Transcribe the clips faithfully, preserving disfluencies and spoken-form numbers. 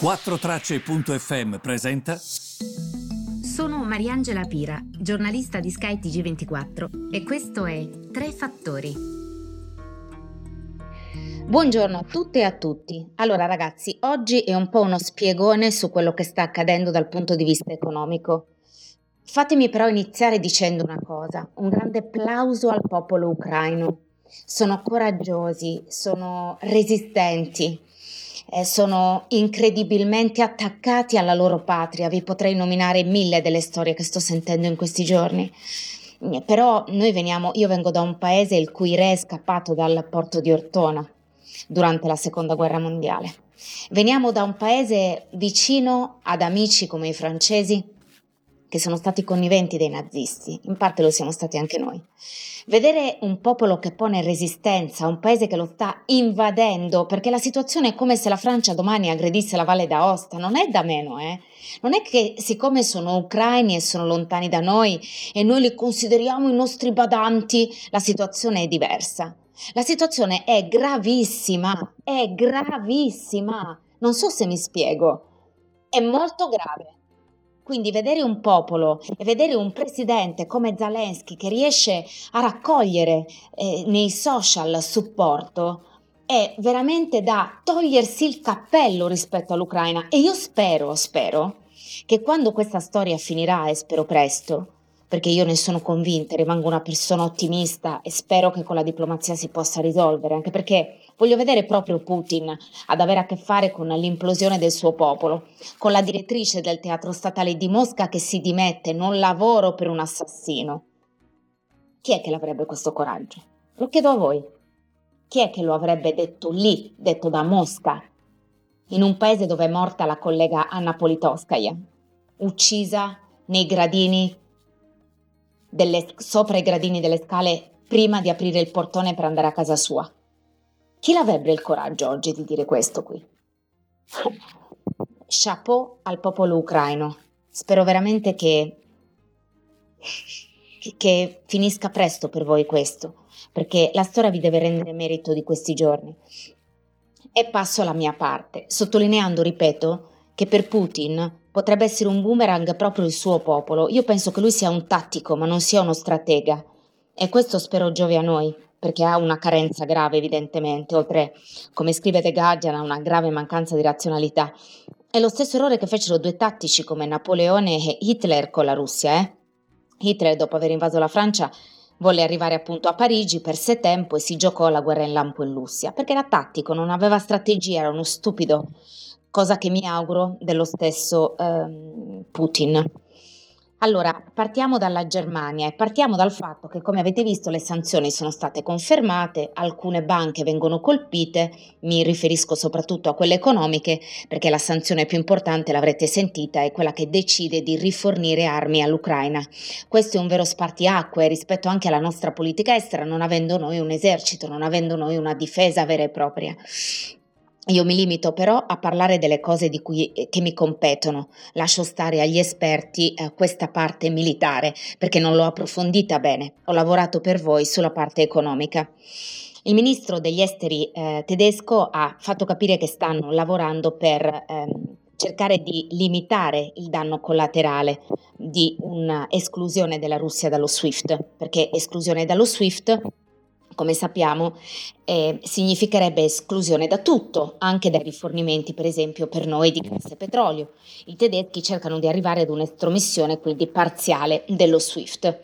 quattro tracce punto effe emme presenta. Sono Mariangela Pira, giornalista di Sky T G ventiquattro e questo è Tre Fattori. Buongiorno a tutte e a tutti. Allora ragazzi, oggi è un po' uno spiegone su quello che sta accadendo dal punto di vista economico. Fatemi però iniziare dicendo una cosa, un grande applauso al popolo ucraino. Sono coraggiosi, sono resistenti, eh, sono incredibilmente attaccati alla loro patria. Vi potrei nominare mille delle storie che sto sentendo in questi giorni. Però noi veniamo, io vengo da un paese il cui re è scappato dal porto di Ortona durante la seconda guerra mondiale. Veniamo da un paese vicino ad amici come i francesi che sono stati conniventi dei nazisti, in parte lo siamo stati anche noi. Vedere un popolo che pone resistenza, un paese che lo sta invadendo, perché la situazione è come se la Francia domani aggredisse la Valle d'Aosta, non è da meno, eh? Non è che siccome sono ucraini e sono lontani da noi e noi li consideriamo i nostri badanti, la situazione è diversa. La situazione è gravissima, è gravissima, non so se mi spiego, è molto grave. Quindi vedere un popolo e vedere un presidente come Zelensky che riesce a raccogliere eh, nei social supporto è veramente da togliersi il cappello rispetto all'Ucraina. E io spero, spero che quando questa storia finirà, e spero presto, perché io ne sono convinta, rimango una persona ottimista e spero che con la diplomazia si possa risolvere, anche perché voglio vedere proprio Putin ad avere a che fare con l'implosione del suo popolo, con la direttrice del teatro statale di Mosca che si dimette, non lavoro per un assassino. Chi è che l'avrebbe questo coraggio? Lo chiedo a voi. Chi è che lo avrebbe detto lì, detto da Mosca, in un paese dove è morta la collega Anna Politkovskaya, uccisa nei gradini delle, sopra i gradini delle scale prima di aprire il portone per andare a casa sua? Chi l'avrebbe il coraggio oggi di dire questo qui? Chapeau al popolo ucraino. Spero veramente che, che finisca presto per voi questo, perché la storia vi deve rendere merito di questi giorni. E passo alla mia parte, sottolineando, ripeto, che per Putin potrebbe essere un boomerang proprio il suo popolo. Io penso che lui sia un tattico, ma non sia uno stratega. E questo spero giovi a noi, perché ha una carenza grave evidentemente, oltre, come scrive The Guardian, a una grave mancanza di razionalità. È lo stesso errore che fecero due tattici come Napoleone e Hitler con la Russia. Eh? Hitler, dopo aver invaso la Francia, volle arrivare appunto a Parigi, perse tempo e si giocò la guerra in lampo in Russia, perché era tattico, non aveva strategia, era uno stupido, cosa che mi auguro dello stesso ehm, Putin. Allora, partiamo dalla Germania e partiamo dal fatto che, come avete visto, le sanzioni sono state confermate, alcune banche vengono colpite, mi riferisco soprattutto a quelle economiche, perché la sanzione più importante, l'avrete sentita, è quella che decide di rifornire armi all'Ucraina. Questo è un vero spartiacque rispetto anche alla nostra politica estera, non avendo noi un esercito, non avendo noi una difesa vera e propria. Io mi limito però a parlare delle cose di cui, eh, che mi competono, lascio stare agli esperti eh, questa parte militare perché non l'ho approfondita bene, ho lavorato per voi sulla parte economica. Il ministro degli esteri eh, tedesco ha fatto capire che stanno lavorando per ehm, cercare di limitare il danno collaterale di un'esclusione della Russia dallo SWIFT, perché esclusione dallo SWIFT, come sappiamo, eh, significherebbe esclusione da tutto, anche dai rifornimenti, per esempio, per noi di gas e petrolio. I tedeschi cercano di arrivare ad un'estromissione, quindi parziale, dello SWIFT.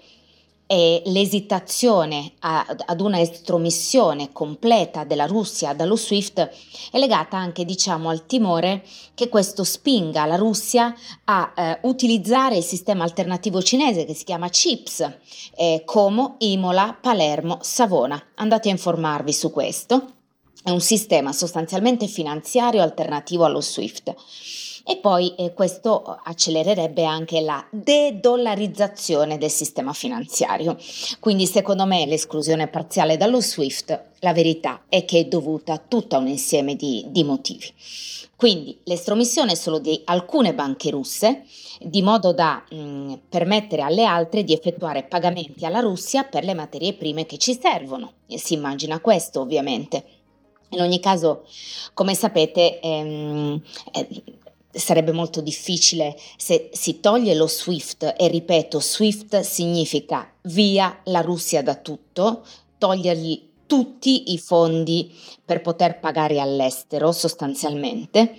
E l'esitazione a, ad una estromissione completa della Russia dallo SWIFT è legata anche, diciamo, al timore che questo spinga la Russia a eh, utilizzare il sistema alternativo cinese che si chiama CHIPS, eh, Como, Imola, Palermo, Savona. Andate a informarvi su questo. È un sistema sostanzialmente finanziario alternativo allo SWIFT. E poi eh, questo accelererebbe anche la de-dollarizzazione del sistema finanziario. Quindi secondo me l'esclusione parziale dallo SWIFT, la verità è che è dovuta a tutto un insieme di, di motivi. Quindi l'estromissione solo di alcune banche russe, di modo da mh, permettere alle altre di effettuare pagamenti alla Russia per le materie prime che ci servono. E si immagina questo ovviamente. In ogni caso, come sapete, ehm, eh, sarebbe molto difficile se si toglie lo SWIFT, e ripeto, SWIFT significa via la Russia da tutto, togliergli tutti i fondi per poter pagare all'estero sostanzialmente.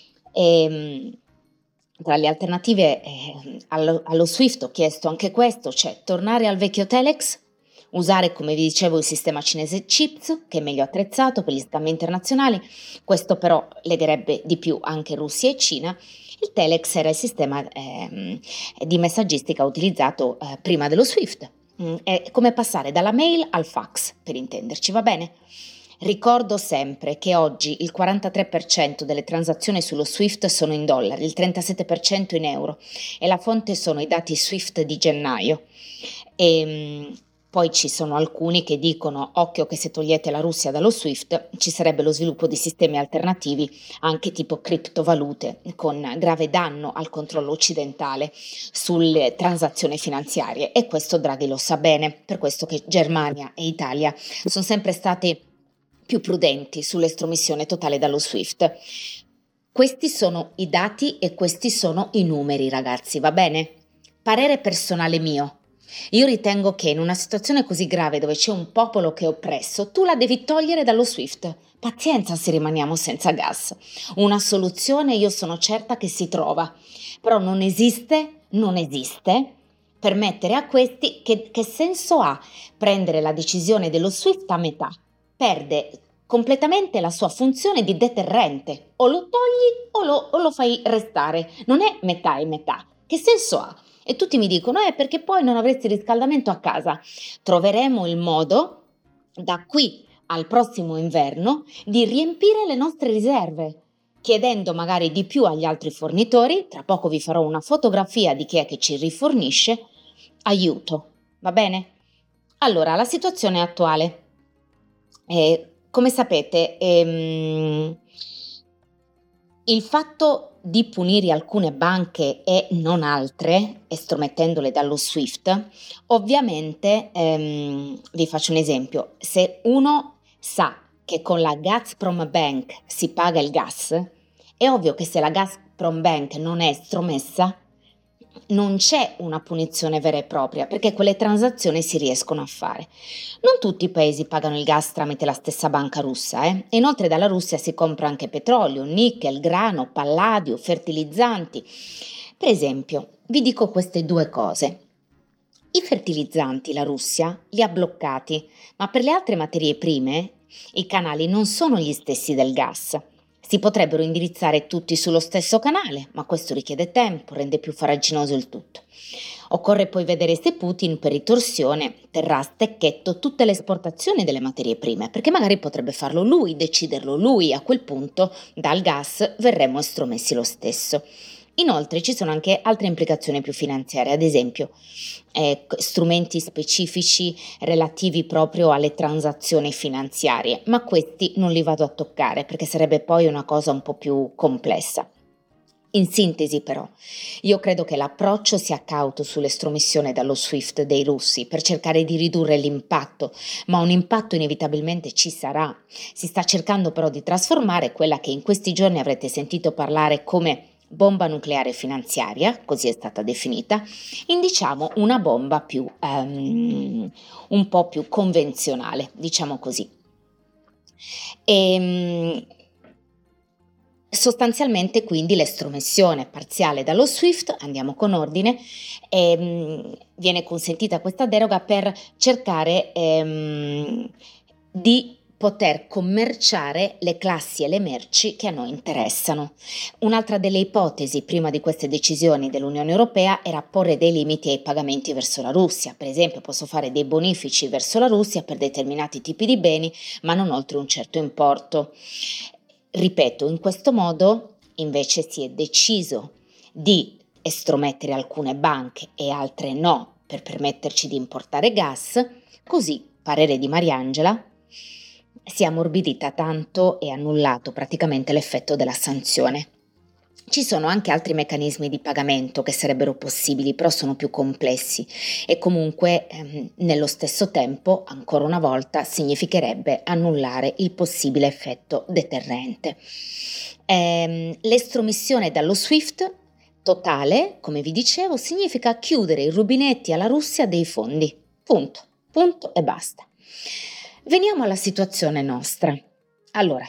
E, tra le alternative eh, allo, allo SWIFT ho chiesto anche questo, cioè tornare al vecchio Telex, usare, come vi dicevo, il sistema cinese CHIPS, che è meglio attrezzato per gli scambi internazionali. Questo però legherebbe di più anche Russia e Cina. Il Telex era il sistema eh, di messaggistica utilizzato eh, prima dello SWIFT. Mm, è come passare dalla mail al fax, per intenderci, va bene? Ricordo sempre che oggi il quarantatré per cento delle transazioni sullo SWIFT sono in dollari, il trentasette per cento in euro, e la fonte sono i dati SWIFT di gennaio. E poi ci sono alcuni che dicono: occhio che se togliete la Russia dallo SWIFT ci sarebbe lo sviluppo di sistemi alternativi, anche tipo criptovalute, con grave danno al controllo occidentale sulle transazioni finanziarie, e questo Draghi lo sa bene, per questo che Germania e Italia sono sempre state più prudenti sull'estromissione totale dallo SWIFT. Questi sono i dati e questi sono i numeri, ragazzi, va bene? Parere personale mio. Io ritengo che in una situazione così grave, dove c'è un popolo che è oppresso, tu la devi togliere dallo SWIFT. Pazienza se rimaniamo senza gas. Una soluzione io sono certa che si trova, però non esiste, non esiste permettere a questi, che, che senso ha prendere la decisione dello SWIFT a metà? Perde completamente la sua funzione di deterrente, o lo togli o lo, o lo fai restare, non è metà e metà. Che senso ha? E tutti mi dicono: eh, perché poi non avresti riscaldamento a casa. Troveremo il modo, da qui al prossimo inverno, di riempire le nostre riserve, chiedendo magari di più agli altri fornitori. Tra poco vi farò una fotografia di chi è che ci rifornisce. Aiuto, va bene? Allora, la situazione attuale. Eh, come sapete, ehm, il fatto di punire alcune banche e non altre, estromettendole dallo SWIFT, ovviamente, ehm, vi faccio un esempio: se uno sa che con la Gazprom Bank si paga il gas, è ovvio che se la Gazprom Bank non è estromessa, non c'è una punizione vera e propria, perché quelle transazioni si riescono a fare. Non tutti i paesi pagano il gas tramite la stessa banca russa, eh? E inoltre dalla Russia si compra anche petrolio, nickel, grano, palladio, fertilizzanti. Per esempio, vi dico queste due cose. I fertilizzanti la Russia li ha bloccati, ma per le altre materie prime i canali non sono gli stessi del gas. Si potrebbero indirizzare tutti sullo stesso canale, ma questo richiede tempo, rende più farraginoso il tutto. Occorre poi vedere se Putin, per ritorsione, terrà a stecchetto tutte le esportazioni delle materie prime, perché magari potrebbe farlo lui, deciderlo lui. A quel punto dal gas verremo estromessi lo stesso. Inoltre ci sono anche altre implicazioni più finanziarie, ad esempio eh, strumenti specifici relativi proprio alle transazioni finanziarie, ma questi non li vado a toccare perché sarebbe poi una cosa un po' più complessa. In sintesi però, io credo che l'approccio sia cauto sull'estromissione dallo SWIFT dei russi per cercare di ridurre l'impatto, ma un impatto inevitabilmente ci sarà. Si sta cercando però di trasformare quella che in questi giorni avrete sentito parlare come bomba nucleare finanziaria, così è stata definita, in diciamo una bomba più um, un po' più convenzionale, diciamo così. E, sostanzialmente quindi l'estromissione parziale dallo SWIFT, andiamo con ordine, ehm, viene consentita questa deroga per cercare ehm, di poter commerciare le classi e le merci che a noi interessano. Un'altra delle ipotesi prima di queste decisioni dell'Unione Europea era porre dei limiti ai pagamenti verso la Russia. Per esempio, posso fare dei bonifici verso la Russia per determinati tipi di beni, ma non oltre un certo importo. Ripeto, in questo modo invece si è deciso di estromettere alcune banche e altre no per permetterci di importare gas, così, parere di Mariangela, si è ammorbidita tanto e annullato praticamente l'effetto della sanzione. Ci sono anche altri meccanismi di pagamento che sarebbero possibili, però sono più complessi e comunque ehm, nello stesso tempo, ancora una volta, significherebbe annullare il possibile effetto deterrente. Ehm, l'estromissione dallo SWIFT totale, come vi dicevo, significa chiudere i rubinetti alla Russia dei fondi. Punto, punto e basta. Veniamo alla situazione nostra. Allora,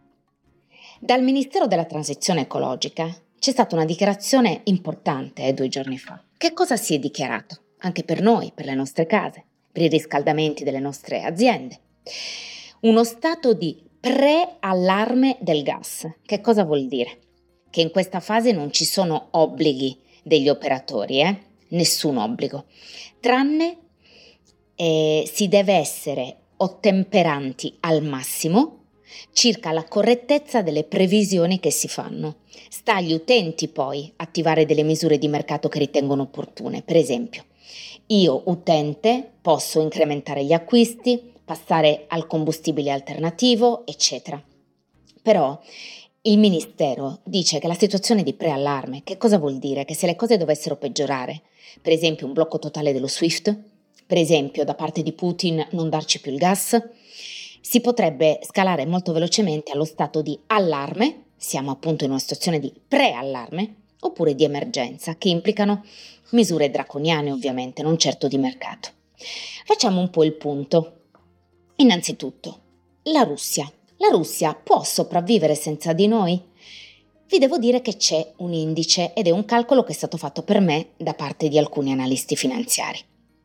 dal Ministero della Transizione Ecologica c'è stata una dichiarazione importante eh, due giorni fa. Che cosa si è dichiarato? Anche per noi, per le nostre case, per i riscaldamenti delle nostre aziende. Uno stato di pre-allarme del gas. Che cosa vuol dire? Che in questa fase non ci sono obblighi degli operatori, eh? Nessun obbligo, tranne eh, si deve essere ottemperanti al massimo circa la correttezza delle previsioni che si fanno. Sta agli utenti poi attivare delle misure di mercato che ritengono opportune. Per esempio, io utente posso incrementare gli acquisti, passare al combustibile alternativo, eccetera. Però il Ministero dice che la situazione di preallarme, che cosa vuol dire? Che se le cose dovessero peggiorare, per esempio un blocco totale dello SWIFT, per esempio da parte di Putin non darci più il gas, si potrebbe scalare molto velocemente allo stato di allarme, siamo appunto in una situazione di preallarme, oppure di emergenza, che implicano misure draconiane ovviamente, non certo di mercato. Facciamo un po' il punto. Innanzitutto, la Russia. La Russia può sopravvivere senza di noi? Vi devo dire che c'è un indice ed è un calcolo che è stato fatto per me da parte di alcuni analisti finanziari.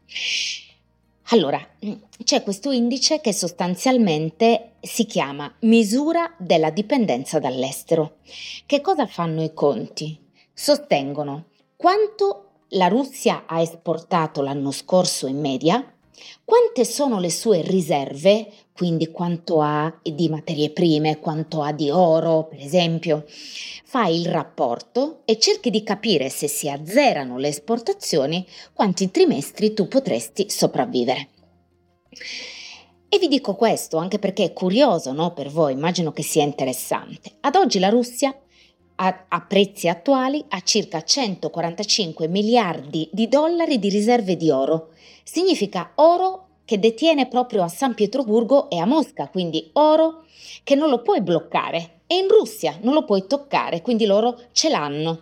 Allora, c'è questo indice che sostanzialmente si chiama misura della dipendenza dall'estero. Che cosa fanno i conti? Sostengono quanto la Russia ha esportato l'anno scorso in media, quante sono le sue riserve, quindi quanto ha di materie prime, quanto ha di oro, per esempio. Fai il rapporto e cerchi di capire se si azzerano le esportazioni, quanti trimestri tu potresti sopravvivere. E vi dico questo anche perché è curioso, no, per voi, immagino che sia interessante. Ad oggi la Russia a, a prezzi attuali ha circa centoquarantacinque miliardi di dollari di riserve di oro. Significa oro che detiene proprio a San Pietroburgo e a Mosca, quindi oro che non lo puoi bloccare. E in Russia non lo puoi toccare, quindi loro ce l'hanno.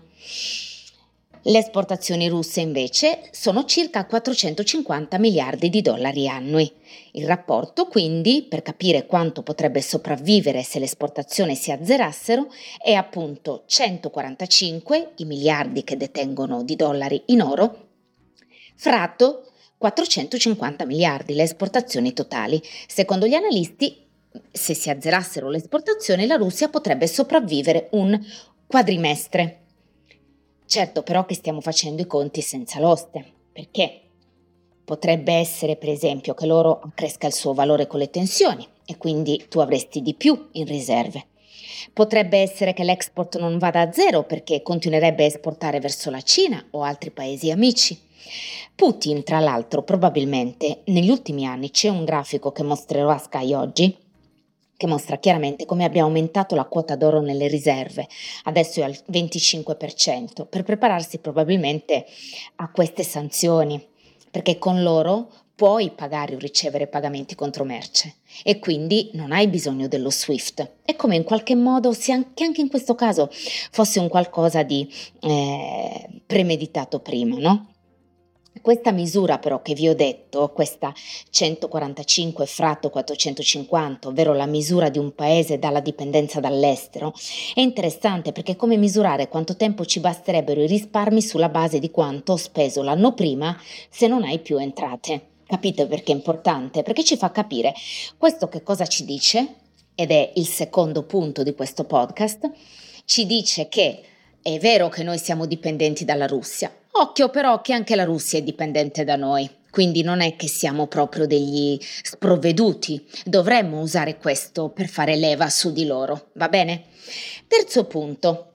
Le esportazioni russe invece sono circa quattrocentocinquanta miliardi di dollari annui. Il rapporto quindi, per capire quanto potrebbe sopravvivere se le esportazioni si azzerassero, è appunto centoquarantacinque, i miliardi che detengono di dollari in oro, fratto quattrocentocinquanta miliardi le esportazioni totali. Secondo gli analisti, se si azzerassero le esportazioni, la Russia potrebbe sopravvivere un quadrimestre. Certo però che stiamo facendo i conti senza l'oste, perché potrebbe essere per esempio che l'oro accresca il suo valore con le tensioni e quindi tu avresti di più in riserve. Potrebbe essere che l'export non vada a zero perché continuerebbe a esportare verso la Cina o altri paesi amici. Putin, tra l'altro, probabilmente negli ultimi anni c'è un grafico che mostrerò a Sky oggi, che mostra chiaramente come abbia aumentato la quota d'oro nelle riserve, adesso è al venticinque per cento, per prepararsi probabilmente a queste sanzioni, perché con l'oro puoi pagare o ricevere pagamenti contro merce e quindi non hai bisogno dello SWIFT. È come in qualche modo, se anche, anche in questo caso fosse un qualcosa di eh, premeditato prima, no? Questa misura però che vi ho detto, questa centoquarantacinque fratto quattrocentocinquanta, ovvero la misura di un paese dalla dipendenza dall'estero, è interessante perché è come misurare quanto tempo ci basterebbero i risparmi sulla base di quanto ho speso l'anno prima se non hai più entrate. Capite perché è importante? Perché ci fa capire questo che cosa ci dice, ed è il secondo punto di questo podcast, ci dice che è vero che noi siamo dipendenti dalla Russia. Occhio però che anche la Russia è dipendente da noi, quindi non è che siamo proprio degli sprovveduti, dovremmo usare questo per fare leva su di loro, va bene? Terzo punto,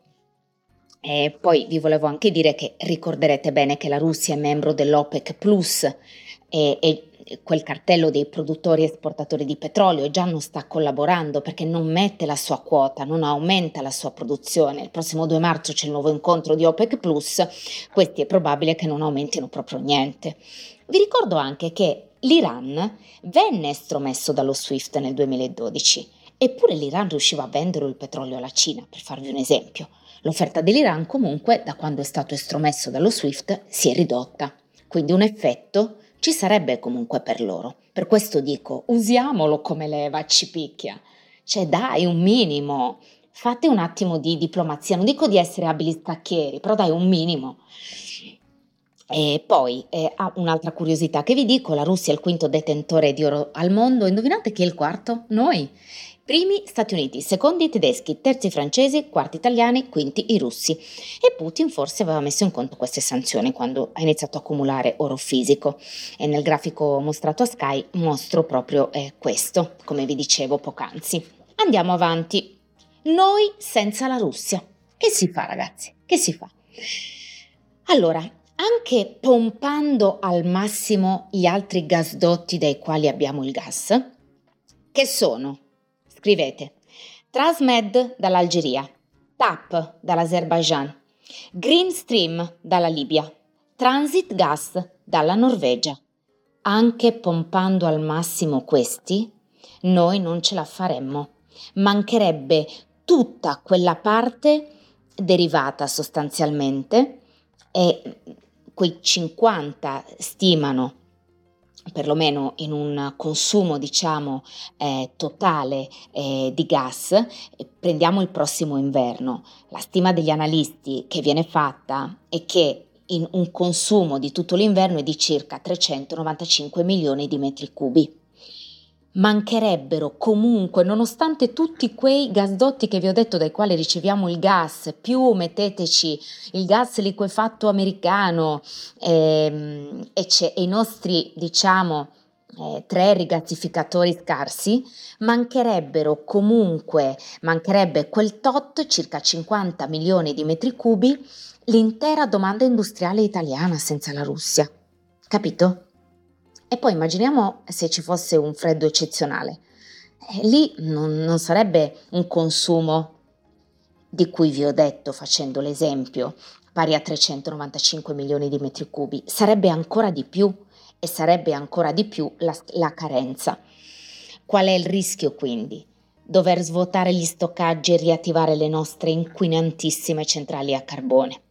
e poi vi volevo anche dire che ricorderete bene che la Russia è membro dell'OPEC Plus e, e quel cartello dei produttori e esportatori di petrolio già non sta collaborando perché non mette la sua quota, non aumenta la sua produzione. Il prossimo due marzo c'è il nuovo incontro di OPEC plus, questi è probabile che non aumentino proprio niente. Vi ricordo anche che l'Iran venne estromesso dallo SWIFT nel duemiladodici, eppure l'Iran riusciva a vendere il petrolio alla Cina, per farvi un esempio. L'offerta dell'Iran comunque, da quando è stato estromesso dallo SWIFT, si è ridotta, quindi un effetto ci sarebbe comunque per loro. Per questo dico, usiamolo come leva, ci picchia. Cioè dai, un minimo, fate un attimo di diplomazia, non dico di essere abili stacchieri, però dai un minimo. E poi, eh, ah, un'altra curiosità che vi dico, la Russia è il quinto detentore di oro al mondo, indovinate chi è il quarto? Noi! Primi Stati Uniti, secondi i tedeschi, terzi i francesi, quarti italiani, quinti i russi. E Putin forse aveva messo in conto queste sanzioni quando ha iniziato a accumulare oro fisico. E nel grafico mostrato a Sky mostro proprio eh, questo, come vi dicevo poc'anzi. Andiamo avanti. Noi senza la Russia. Che si fa, ragazzi? Che si fa? Allora, anche pompando al massimo gli altri gasdotti dai quali abbiamo il gas, che sono, scrivete, Transmed dall'Algeria, T A P dall'Azerbaijan, Green Stream dalla Libia, Transit Gas dalla Norvegia. Anche pompando al massimo questi, noi non ce la faremmo. Mancherebbe tutta quella parte derivata sostanzialmente, e quei cinquanta stimano perlomeno in un consumo diciamo eh, totale eh, di gas. Eh, prendiamo il prossimo inverno, la stima degli analisti che viene fatta è che in un consumo di tutto l'inverno è di circa trecentonovantacinque milioni di metri cubi. Mancherebbero comunque, nonostante tutti quei gasdotti che vi ho detto dai quali riceviamo il gas, più metteteci il gas liquefatto americano ehm, e, c'è, e i nostri diciamo eh, tre rigassificatori scarsi, mancherebbero comunque, mancherebbe quel tot, circa cinquanta milioni di metri cubi, l'intera domanda industriale italiana senza la Russia. Capito? E poi immaginiamo se ci fosse un freddo eccezionale. Eh, lì non, non sarebbe un consumo di cui vi ho detto facendo l'esempio, pari a trecentonovantacinque milioni di metri cubi, sarebbe ancora di più e sarebbe ancora di più la, la carenza. Qual è il rischio quindi? Dover svuotare gli stoccaggi e riattivare le nostre inquinantissime centrali a carbone.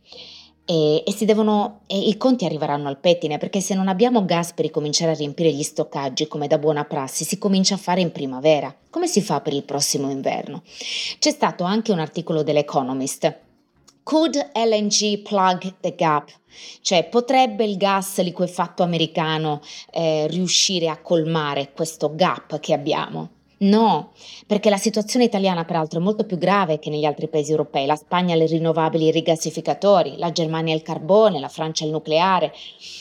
E, e si devono e i conti arriveranno al pettine, perché se non abbiamo gas per ricominciare a riempire gli stoccaggi come da buona prassi, si comincia a fare in primavera. Come si fa per il prossimo inverno? C'è stato anche un articolo dell'Economist. Could L N G plug the gap? Cioè, potrebbe il gas liquefatto americano eh, riuscire a colmare questo gap che abbiamo? No, perché la situazione italiana peraltro è molto più grave che negli altri paesi europei. La Spagna ha le rinnovabili e i rigassificatori, la Germania il carbone, la Francia il nucleare,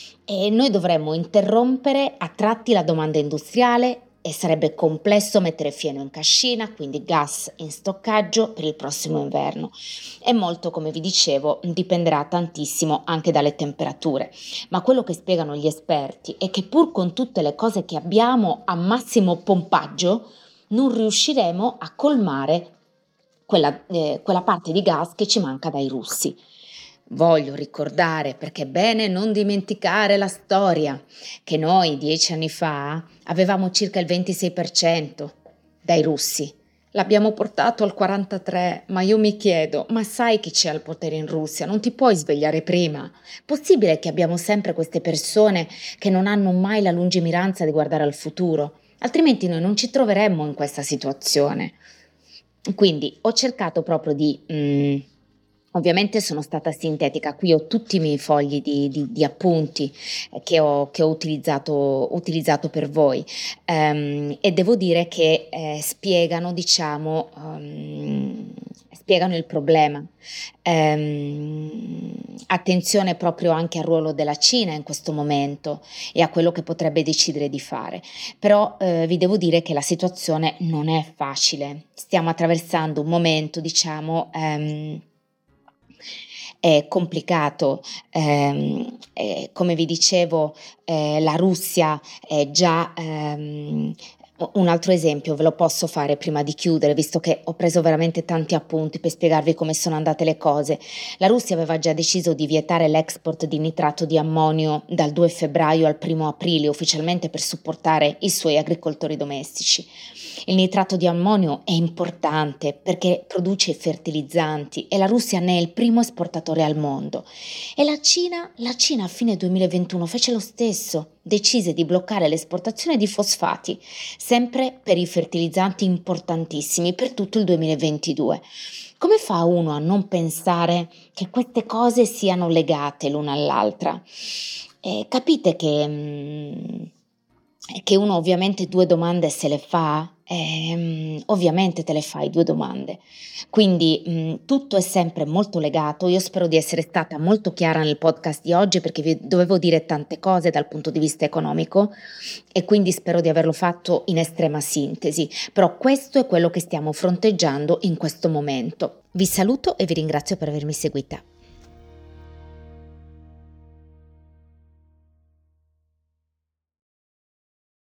e noi dovremmo interrompere a tratti la domanda industriale e sarebbe complesso mettere fieno in cascina, quindi gas in stoccaggio per il prossimo inverno. E molto, come vi dicevo, dipenderà tantissimo anche dalle temperature, ma quello che spiegano gli esperti è che pur con tutte le cose che abbiamo a massimo pompaggio non riusciremo a colmare quella, eh, quella parte di gas che ci manca dai russi. Voglio ricordare, perché è bene non dimenticare la storia, che noi dieci anni fa avevamo circa il ventisei per cento dai russi. L'abbiamo portato al quarantatré per cento, ma io mi chiedo, ma sai chi c'è al potere in Russia? Non ti puoi svegliare prima? Possibile che abbiamo sempre queste persone che non hanno mai la lungimiranza di guardare al futuro? Altrimenti noi non ci troveremmo in questa situazione. Quindi ho cercato proprio di... Mm, ovviamente sono stata sintetica, qui ho tutti i miei fogli di, di, di appunti che ho, che ho utilizzato, utilizzato per voi um, e devo dire che eh, spiegano, diciamo, um, spiegano il problema. Um, attenzione proprio anche al ruolo della Cina in questo momento e a quello che potrebbe decidere di fare. Però eh, vi devo dire che la situazione non è facile. Stiamo attraversando un momento, diciamo, um, È complicato, ehm, eh, come vi dicevo, eh, la Russia è già... ehm, un altro esempio ve lo posso fare prima di chiudere, visto che ho preso veramente tanti appunti per spiegarvi come sono andate le cose. La Russia aveva già deciso di vietare l'export di nitrato di ammonio dal due febbraio al primo aprile, ufficialmente per supportare i suoi agricoltori domestici. Il nitrato di ammonio è importante perché produce i fertilizzanti e la Russia ne è il primo esportatore al mondo. E la Cina, la Cina a fine duemilaventuno fece lo stesso, decise di bloccare l'esportazione di fosfati, sempre per i fertilizzanti importantissimi per tutto il duemilaventidue. Come fa uno a non pensare che queste cose siano legate l'una all'altra? Eh, capite che... Mm, che uno ovviamente due domande se le fa, ehm, ovviamente te le fai due domande, quindi mh, tutto è sempre molto legato. Io spero di essere stata molto chiara nel podcast di oggi perché vi dovevo dire tante cose dal punto di vista economico e quindi spero di averlo fatto in estrema sintesi, però questo è quello che stiamo fronteggiando in questo momento. Vi saluto e vi ringrazio per avermi seguita.